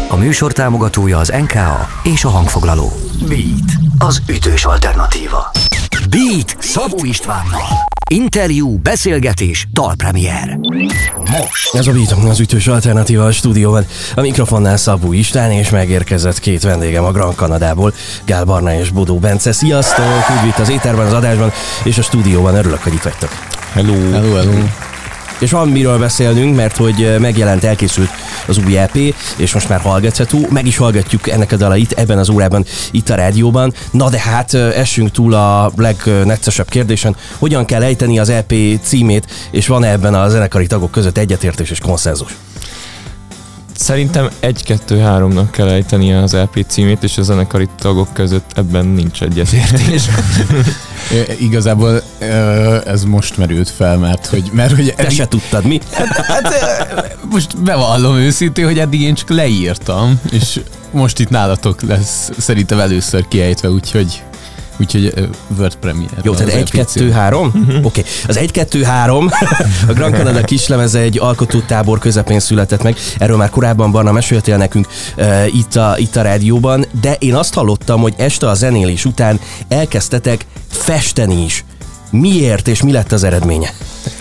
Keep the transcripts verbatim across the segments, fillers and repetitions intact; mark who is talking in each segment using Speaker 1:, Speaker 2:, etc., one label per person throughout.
Speaker 1: A műsor támogatója az en ká á és a hangfoglaló. Beat, az ütős alternatíva. Beat Szabó Istvánnal. Interjú, beszélgetés, dalpremier. Most.
Speaker 2: Ez a Beat, az ütős alternatíva a stúdióban. A mikrofonnál Szabó István, és megérkezett két vendégem a Grand Kanadából, Gál Barna és Bodó Bence. Sziasztok! Úgy itt az éterben, az adásban és a stúdióban. Örülök, hogy itt vagytok.
Speaker 3: Hello!
Speaker 2: Hello, hello! És van miről beszélnünk, mert hogy megjelent, elkészült az új é pé, és most már hallgatható. Meg is hallgatjuk ennek a dalait ebben az órában itt a rádióban. Na de hát essünk túl a legneccesebb kérdésen, hogyan kell ejteni az é pé címét, és van-e ebben a zenekari tagok között egyetértés és konszenzus?
Speaker 3: Szerintem egy-kettő-háromnak kell ejteni az é pé címét, és a zenekari tagok között ebben nincs egyetértés.
Speaker 4: Igazából ez most merült fel, mert hogy... Mert, hogy
Speaker 2: Te eddig... se tudtad, mi?
Speaker 4: Hát most bevallom őszintén, hogy eddig én csak leírtam, és most itt nálatok lesz szerintem először kiejtve, úgyhogy... Úgyhogy uh, World Premiere.
Speaker 2: Jó, tehát egy kettő három? Uh-huh. Oké. Okay. Az egy kettő három, a Grand Canada kislemeze egy alkotótábor közepén született meg. Erről már korábban Barna meséltél nekünk uh, itt, a, itt a rádióban, de én azt hallottam, hogy este a zenélés után elkezdtetek festeni is. Miért és mi lett az eredménye?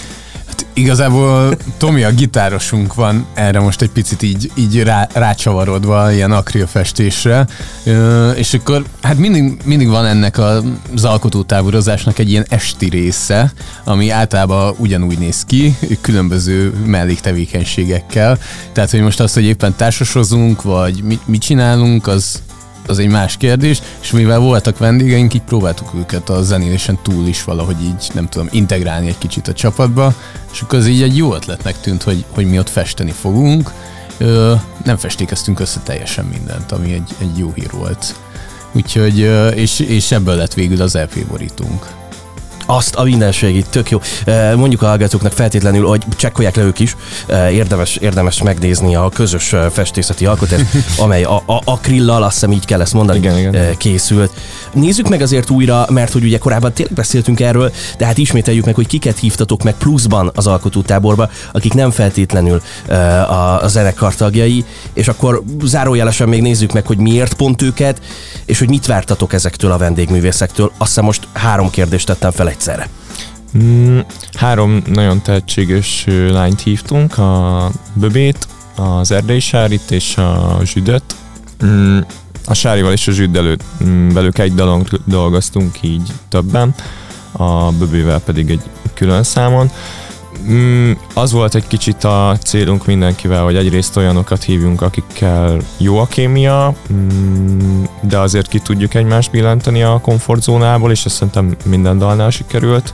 Speaker 4: Igazából Tomi, a gitárosunk van erre most egy picit így, így rá, rácsavarodva ilyen akrilfestésre, és akkor hát mindig, mindig van ennek az alkotótáborozásnak egy ilyen esti része, ami általában ugyanúgy néz ki, különböző melléktevékenységekkel. Tehát, hogy most az, hogy éppen társasozunk, vagy mit, mit csinálunk, az az egy más kérdés, és mivel voltak vendégeink, így próbáltuk őket a zenélésen túl is valahogy így, nem tudom, integrálni egy kicsit a csapatba, és akkor az így egy jó ötletnek tűnt, hogy, hogy mi ott festeni fogunk. Ö, nem festékeztünk össze teljesen mindent, ami egy, egy jó hír volt. Úgyhogy, és, és ebből lett végül az é pé borítunk.
Speaker 2: Azt a mindenségit, tök jó. Mondjuk a hallgatóknak feltétlenül, hogy csekkolják le ők is, érdemes, érdemes megnézni a közös festészeti alkotást, amely a, a akrillal, azt hiszem így kell ezt mondani, igen, igen. készült. Nézzük meg azért újra, mert hogy ugye korábban tényleg beszéltünk erről, de hát ismételjük meg, hogy kiket hívtatok meg pluszban az alkotótáborba, akik nem feltétlenül a, a zenekar tagjai, és akkor zárójelesen még nézzük meg, hogy miért pont őket, és hogy mit vártatok ezektől a vendégművészektől. Azt hiszem most három kérdést tettem fel egyszerre.
Speaker 3: Mm, három nagyon tehetséges lányt hívtunk, a Böbét, az Erdei Sárit és a Zsüdöt. Mm, a Sárival és a Zsüddel velük egy dalon dolgoztunk, így többen, a Böbével pedig egy külön számon. Mm, az volt egy kicsit a célunk mindenkivel, hogy egyrészt olyanokat hívjunk, akikkel jó a kémia, mm, de azért ki tudjuk egymást billenteni a komfortzónából, és azt szerintem minden dalnál sikerült.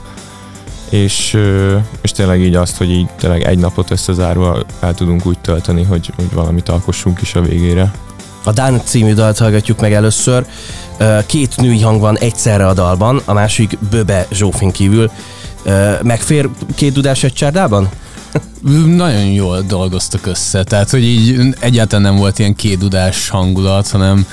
Speaker 3: És, és tényleg így azt, hogy így tényleg egy napot összezárva el tudunk úgy tölteni, hogy, hogy valamit alkossunk is a végére.
Speaker 2: A Dán című dalt hallgatjuk meg először. Két női hang van egyszerre a dalban, a másik Böbe Zsófin kívül. Megfér két dudás egy csárdában?
Speaker 4: Nagyon jól dolgoztak össze, tehát hogy így egyáltalán nem volt ilyen két dudás hangulat, hanem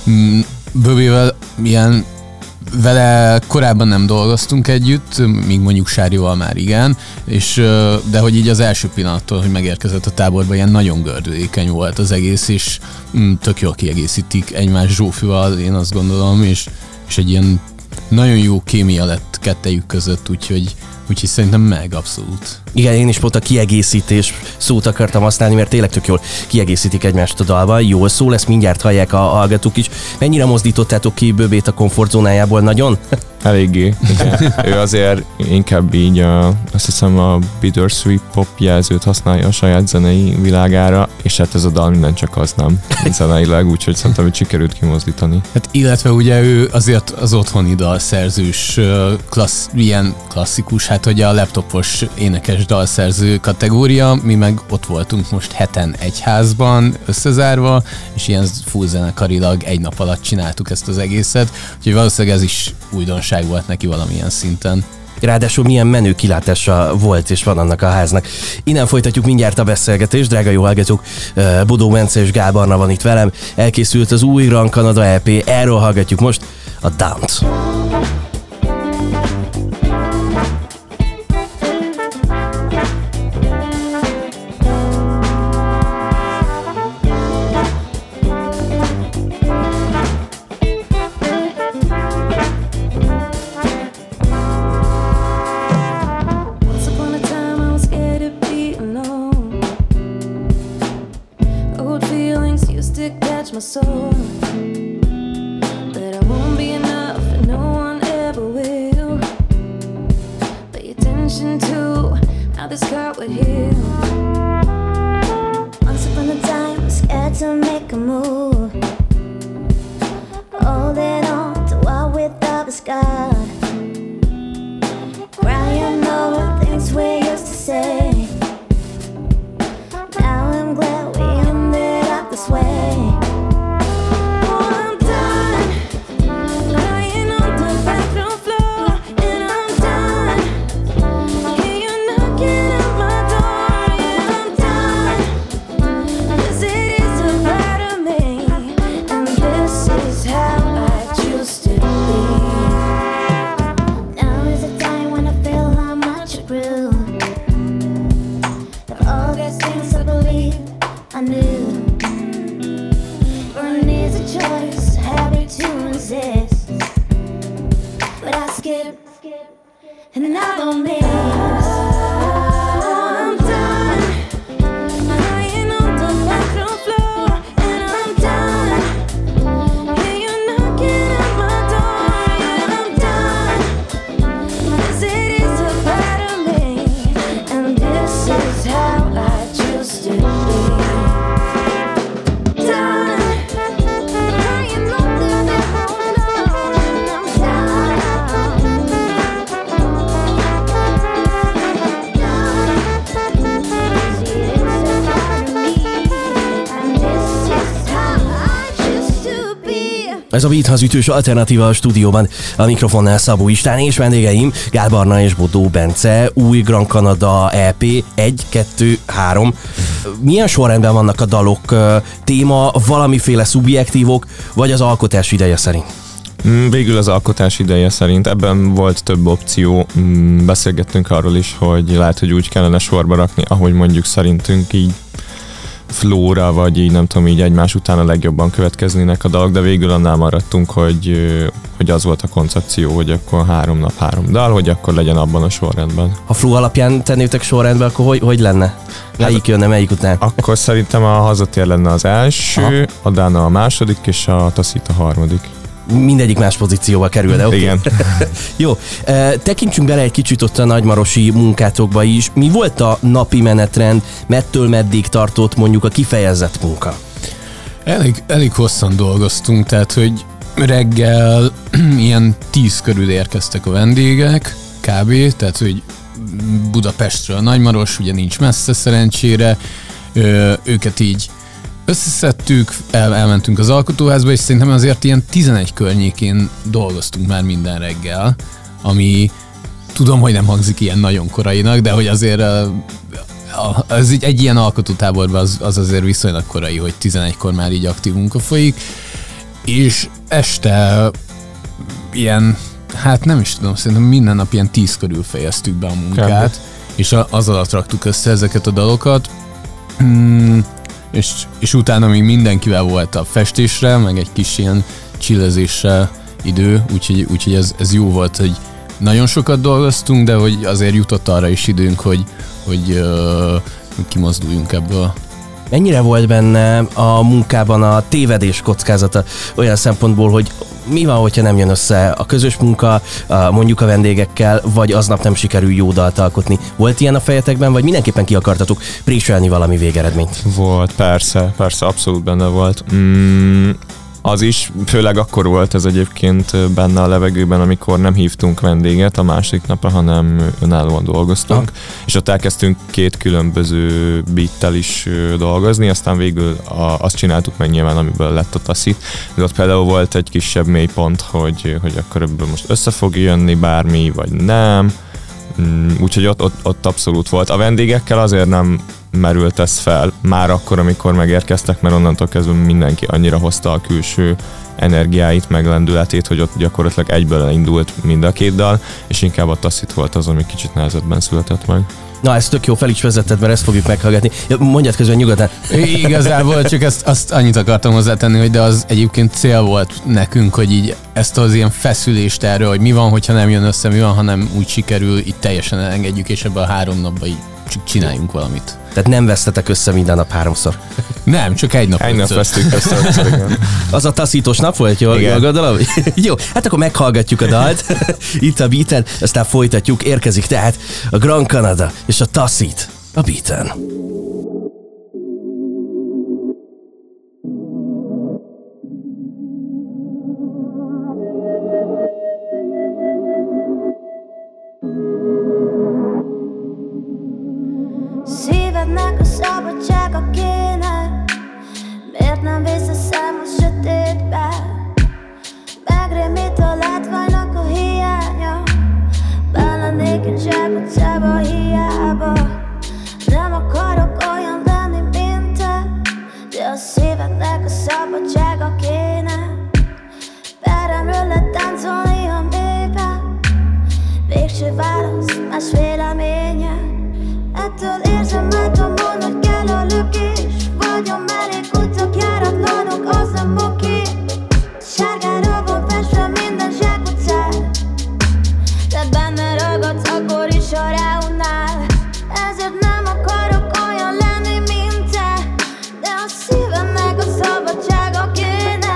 Speaker 4: Böbével ilyen vele korábban nem dolgoztunk együtt, míg mondjuk Sárival már igen, és, de hogy így az első pillanattól, hogy megérkezett a táborba, ilyen nagyon gördülékeny volt az egész, és tök jól kiegészítik egymás Zsófival, én azt gondolom, és, és egy ilyen nagyon jó kémia lett kettejük között, úgyhogy Úgyhogy szerintem meg, abszolút.
Speaker 2: Igen, én is pont a kiegészítés szót akartam használni, mert tényleg tök jól kiegészítik egymást a dalban. Jól szól, ezt mindjárt hallják a hallgatók is. Mennyire mozdítottátok ki Böbét a komfortzónájából? Nagyon?
Speaker 3: Eléggé. Igen. Ő azért inkább így a, azt hiszem a bittersweet pop jelzőt használja a saját zenei világára, és hát ez a dal minden csak az nem zeneileg, úgyhogy szerintem, hogy sikerült kimozdítani.
Speaker 4: Hát illetve ugye ő azért az otthoni dalszerzős, klassz, ilyen klasszikus, hát hogy a laptopos énekes dalszerző kategória, mi meg ott voltunk most heten egy házban összezárva, és ilyen full zenekarilag egy nap alatt csináltuk ezt az egészet, úgyhogy valószínűleg ez is újdonság volt neki valamilyen szinten.
Speaker 2: Ráadásul milyen menő kilátása volt és van annak a háznak. Innen folytatjuk mindjárt a beszélgetést, drága jó hallgatók. Bodó Bence és Gál Barna van itt velem. Elkészült az új Grand Canada é pé, erről hallgatjuk most a Down-t.
Speaker 5: my soul. But I won't be enough, and no one ever will. Pay attention to how this cut would heal. Once upon a time, I was scared to make a move. Holding on to what we thought was God. Crying over things we used to say. Now I'm glad we ended up this way. Oh, I'm done lying on the bathroom floor, and I'm done. Hear you knocking at my door, yeah, I'm done. 'Cause it is a part of me, and this is how I choose to be. Now is a time when I feel how much I grew. Of all these things I believe I knew. Burning is a choice, happy to resist. But I skip, and I don't miss. I'm done lying on the bathroom floor, and I'm done. Hear you knocking at my door, yeah, I'm done. 'Cause it is a part of me, and this is how I choose to be. Done lying on the bathroom floor, and I'm done.
Speaker 2: Ez a Beat az ütős alternatíva a stúdióban. A mikrofonnál Szabó István és vendégeim Gál Barna és Bodó Bence, új Grand Canada é pé egy, kettő, három. Milyen sorrendben vannak a dalok? Téma, valamiféle szubjektívok, vagy az alkotás ideje szerint?
Speaker 3: Végül az alkotás ideje szerint. Ebben volt több opció. Beszélgettünk arról is, hogy lehet, hogy úgy kellene sorba rakni, ahogy mondjuk szerintünk így flóra, vagy így nem tudom, így egymás után a legjobban következnének a dalok, de végül annál maradtunk, hogy, hogy az volt a koncepció, hogy akkor három nap, három dal, hogy akkor legyen abban a sorrendben.
Speaker 2: Ha flow alapján tennétek sorrendben, akkor hogy, hogy lenne? Melyik jönne, melyik után?
Speaker 3: Akkor szerintem a Hazatér lenne az első, aha, a Dána a második, és a Taszít a harmadik.
Speaker 2: Mindegyik más pozícióba kerül, de oké. Okay.
Speaker 3: Igen.
Speaker 2: Jó, tekintsünk bele egy kicsit ott a nagymarosi munkátokba is. Mi volt a napi menetrend, mettől meddig tartott mondjuk a kifejezett munka?
Speaker 4: Elég, elég hosszan dolgoztunk, tehát hogy reggel ilyen tíz körül érkeztek a vendégek, kb. Tehát hogy Budapestről a Nagymaros, ugye nincs messze szerencsére, őket így összeszedtük, el, elmentünk az alkotóházba, és szerintem azért ilyen tizenegy környékén dolgoztunk már minden reggel, ami tudom, hogy nem hangzik ilyen nagyon korainak, de hogy azért az egy, egy ilyen alkotótáborban az, az azért viszonylag korai, hogy tizenegykor már így aktív munka folyik, és este ilyen, hát nem is tudom, szerintem minden nap ilyen tíz körül fejeztük be a munkát, Kb. és az alatt raktuk össze ezeket a dalokat. Hmm, És, és utána még mindenkivel volt a festésre, meg egy kis ilyen chillezésre idő, úgyhogy, úgyhogy ez, ez jó volt, hogy nagyon sokat dolgoztunk, de hogy azért jutott arra is időnk, hogy, hogy uh, kimozduljunk ebből.
Speaker 2: Mennyire volt benne a munkában a tévedés kockázata olyan szempontból, hogy mi van, hogyha nem jön össze a közös munka, mondjuk a vendégekkel, vagy aznap nem sikerül jó dalt alkotni? Volt ilyen a fejetekben, vagy mindenképpen ki akartatok préselni valami végeredményt?
Speaker 3: Volt, persze, persze, abszolút benne volt. Mm, az is, főleg akkor volt ez egyébként benne a levegőben, amikor nem hívtunk vendéget a második napra, hanem önállóan dolgoztunk, ah. és ott elkezdtünk két különböző beattel is dolgozni, aztán végül a, azt csináltuk meg nyilván, amiből lett a Taszít. De ott például volt egy kisebb mélypont, hogy, hogy akkor ebből most össze fog jönni bármi, vagy nem. Úgyhogy ott, ott, ott abszolút volt. A vendégekkel azért nem merült ez fel, már akkor, amikor megérkeztek, mert onnantól kezdve mindenki annyira hozta a külső energiáit, meg lendületét, hogy ott gyakorlatilag egyből elindult mind a két dal, és inkább a Taszít volt az, ami kicsit nehezebben született meg.
Speaker 2: Na, ezt tök jó, fel is vezetted, mert ezt fogjuk meghallgatni. Mondjad közben nyugodtan.
Speaker 4: Igazából csak ezt, azt annyit akartam hozzátenni, hogy de az egyébként cél volt nekünk, hogy így ezt az ilyen feszülést erről, hogy mi van, hogyha nem jön össze, mi van, ha nem úgy sikerül, így teljesen elengedjük, és ebben a három napban így csak csináljunk valamit.
Speaker 2: Tehát nem vesztetek össze minden nap háromszor?
Speaker 4: Nem, csak egy nap.
Speaker 3: Egy nap vesztük ezt a
Speaker 2: Az a taszítós nap volt, jól, jól gondolom? Jó, hát akkor meghallgatjuk a dalt itt a Beaten, aztán folytatjuk, érkezik tehát a Grand Canada és a Tacit a Beaten.
Speaker 5: Szívednek a szabadsága kéne, miért nem visszaszám a sötétbe? Megrémít a látványnak a hiánya, belenék én zsákutcába hiába. Nem akarok olyan lenni, mint te, de a szívednek a szabadsága kéne. Peremről lehet táncolni a mélybe, végső válasz, más véleménye. Ettől érzem, mert a mondod kell a lökés. Vagyom mellékutak, járatlanok, az nem oké. Sárgára van festve minden zsákutcán, de benne ragadsz akkor is, ha ráunál. Ezért nem akarok olyan lenni, mint te, de a szívemnek a szabadsága kéne.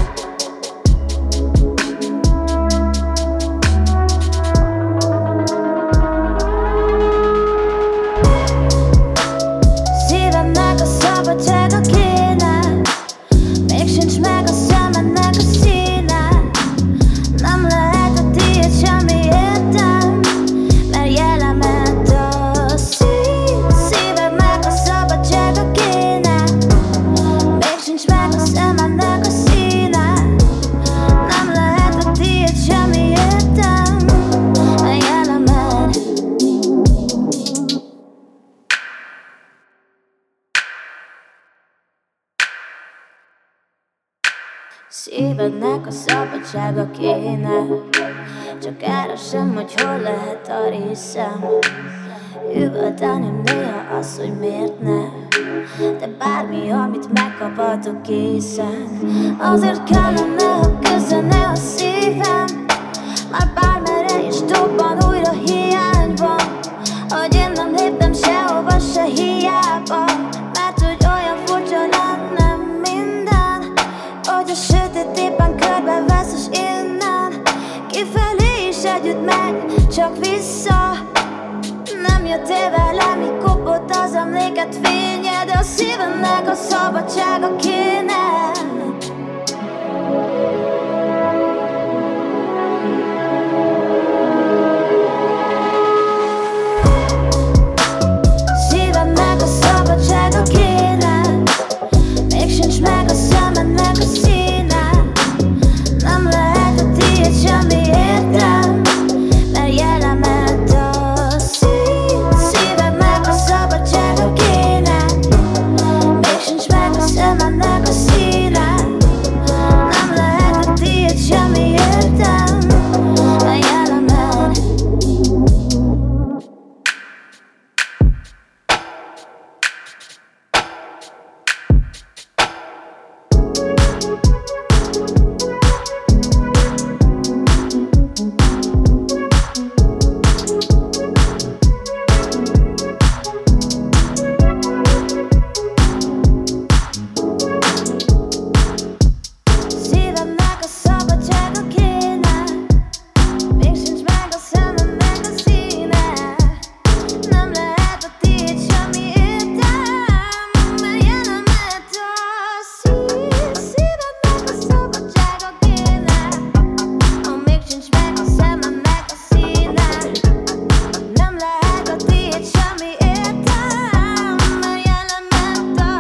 Speaker 5: Szívemnek a szabadsága kéne, még sincs meg a szemednek a színe. Nem lehet a tiéd semmi értem, mert jelen ment a szív. Szívemnek a szabadsága kéne, még sincs meg a szemednek a színe. Nem lehet a tiéd semmi értem, mert jelen ment. Szívednek a szabadsága kéne, csak keresem, hogy hol lehet a részem. Üvölteném néha azt, hogy miért ne, de bármi, amit megkaphatok készen. Azért kellene, ha közene a szívem, már bármerre is dobban újra hiány van. Hogy én nem léptem sehova se hiába, mert hogy olyan furcsa lenne minden, hogy a sötét éppen körbevesz, és innen kifelé is együtt megy, csak vissza. Nem jöttél velem, így kopott az emléket fénye, de a szívemnek a szabadsága kéne. Szívemnek a szabadsága kéne, még sincs meg a szemednek a színe. Nem lehet a tiéd semmi értem, mert jelen ment a szív. Szívemnek a szabadsága kéne, még sincs meg a szemednek a színe. Nem lehet a tiéd semmi értem, mert jelen ment. Szívemnek a szabadsága kéne, még sincs meg a szememnek a színe. Nem lehet a tiéd semmi értem, mert jelen ment a szív. Szívemnek a szabadsága kéne, még sincs meg a szememnek a színe. Nem lehet a tiéd semmi értem, mert jelen ment a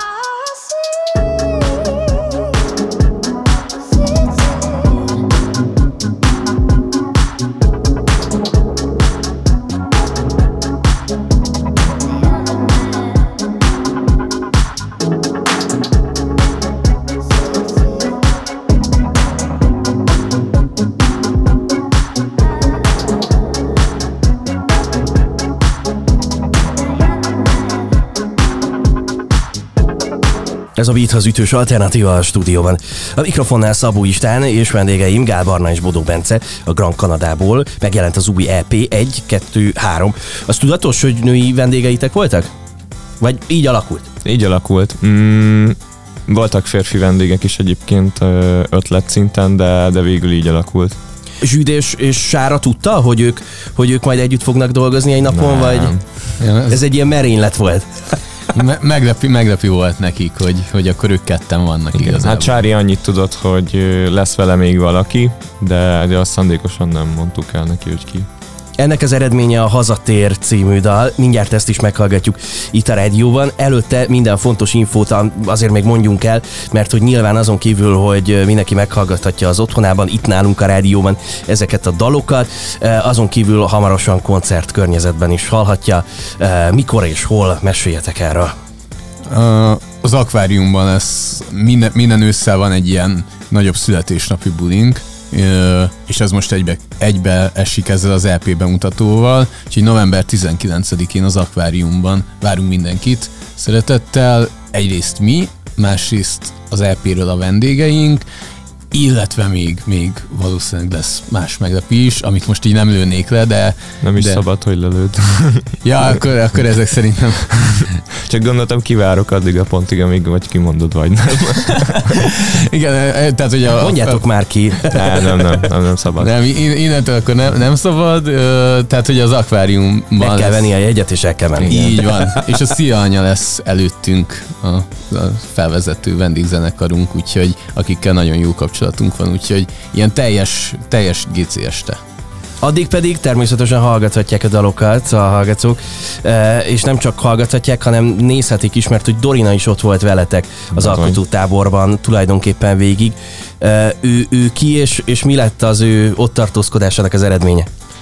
Speaker 2: Ez a Beat az ütős alternatíva a stúdióban. A mikrofonnál Szabó István és vendégeim Gál Barna és Bodó Bence a Grand Canadából. Megjelent az új é pé egy, kettő, három. Az tudatos, hogy női vendégeitek voltak? Vagy így alakult?
Speaker 3: Így alakult. Mm, voltak férfi vendégek is egyébként ö, ötlet szinten, de, de végül így alakult.
Speaker 2: Zsűd és, és Sára tudta, hogy ők, hogy ők majd együtt fognak dolgozni egy napon,
Speaker 3: Nem.
Speaker 2: vagy
Speaker 4: Ja, ez
Speaker 2: ez egy ilyen merénylet volt?
Speaker 4: me- meglepi, meglepi volt nekik, hogy, hogy akkor ők ketten vannak
Speaker 3: Igen.
Speaker 4: igazából.
Speaker 3: Hát Csári annyit tudott, hogy ö, lesz vele még valaki, de, de azt szándékosan nem mondtuk el neki, hogy ki.
Speaker 2: Ennek az eredménye a Hazatér című dal, mindjárt ezt is meghallgatjuk itt a rádióban. Előtte minden fontos infót azért még mondjunk el, mert hogy nyilván azon kívül, hogy mindenki meghallgathatja az otthonában, itt nálunk a rádióban ezeket a dalokat, azon kívül hamarosan koncert környezetben is hallhatja. Mikor és hol? Meséljetek erről.
Speaker 4: Az akváriumban lesz, minden, minden ősszel van egy ilyen nagyobb születésnapi bulink, és ez most egybe, egybe esik ezzel az é pé bemutatóval, úgyhogy november tizenkilencedikén az akváriumban várunk mindenkit szeretettel, egyrészt mi, másrészt az é péről a vendégeink, illetve még, még valószínűleg lesz más meglepi is, amit most így nem lőnék le, de...
Speaker 3: Nem is
Speaker 4: de...
Speaker 3: szabad, hogy lelőd.
Speaker 4: Ja, akkor, akkor ezek szerintem...
Speaker 3: Csak gondoltam, kivárok addig a pontig, amíg vagy kimondod, vagy nem.
Speaker 4: Igen, tehát hogy a...
Speaker 2: Mondjátok
Speaker 4: a,
Speaker 2: már ki.
Speaker 3: Nem, nem, nem, nem, nem szabad.
Speaker 4: Nem, innentől akkor nem, nem szabad, tehát hogy az akváriumban...
Speaker 2: Meg kell venni a jegyet, és el kell menni.
Speaker 4: Így van. És a Szia Anya lesz előttünk a, a felvezető vendégzenekarunk, úgyhogy akikkel nagyon jó kapcsolatunk van, úgyhogy ilyen teljes, teljes gé cé este.
Speaker 2: Addig pedig természetesen hallgathatják a dalokat a hallgatók, és nem csak hallgathatják, hanem nézhetik is, mert hogy Dorina is ott volt veletek az
Speaker 3: Bizony.
Speaker 2: alkotótáborban tulajdonképpen végig. Ő, ő ki és, és mi lett az ő ott tartózkodásának az eredménye?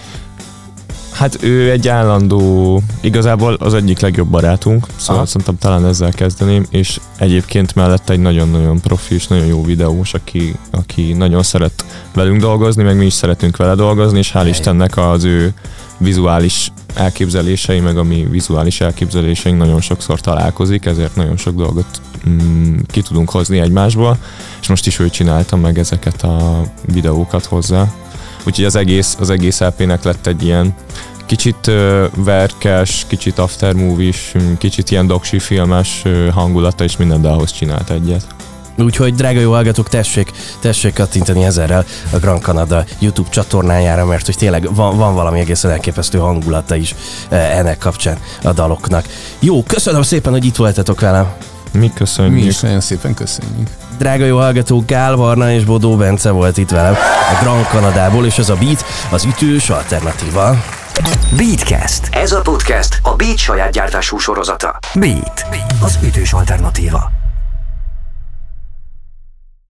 Speaker 3: Hát ő egy állandó, igazából az egyik legjobb barátunk, szóval
Speaker 2: Aha.
Speaker 3: szerintem talán ezzel kezdeném, és egyébként mellett egy nagyon-nagyon profi és nagyon jó videós, aki, aki nagyon szeret velünk dolgozni, meg mi is szeretünk vele dolgozni, és hál' Istennek az ő vizuális elképzelései, meg a mi vizuális elképzeléseink nagyon sokszor találkozik, ezért nagyon sok dolgot mm, ki tudunk hozni egymásból, és most is ő csinálta meg ezeket a videókat hozzá. Úgyhogy az egész, az egész é pének lett egy ilyen kicsit uh, verkes, kicsit aftermovie-s, kicsit ilyen doksi filmes uh, hangulata, és minden, de ahhoz csinált egyet.
Speaker 2: Úgyhogy drága jó hallgatók, tessék, tessék kattintani ezerrel a Grand Canada YouTube csatornájára, mert hogy tényleg van, van valami egészen elképesztő hangulata is ennek kapcsán a daloknak. Jó, köszönöm szépen, hogy itt voltatok velem.
Speaker 3: Mi köszönjük.
Speaker 4: Mi is nagyon szépen köszönjük.
Speaker 2: Drága jó hallgatók, Gál Barna és Bodó Bence volt itt velem a Grand Canadából, és ez a Beat az ütős alternatíva.
Speaker 1: Beatcast. Ez a podcast a Beat saját gyártású sorozata. Beat, az ütős alternatíva.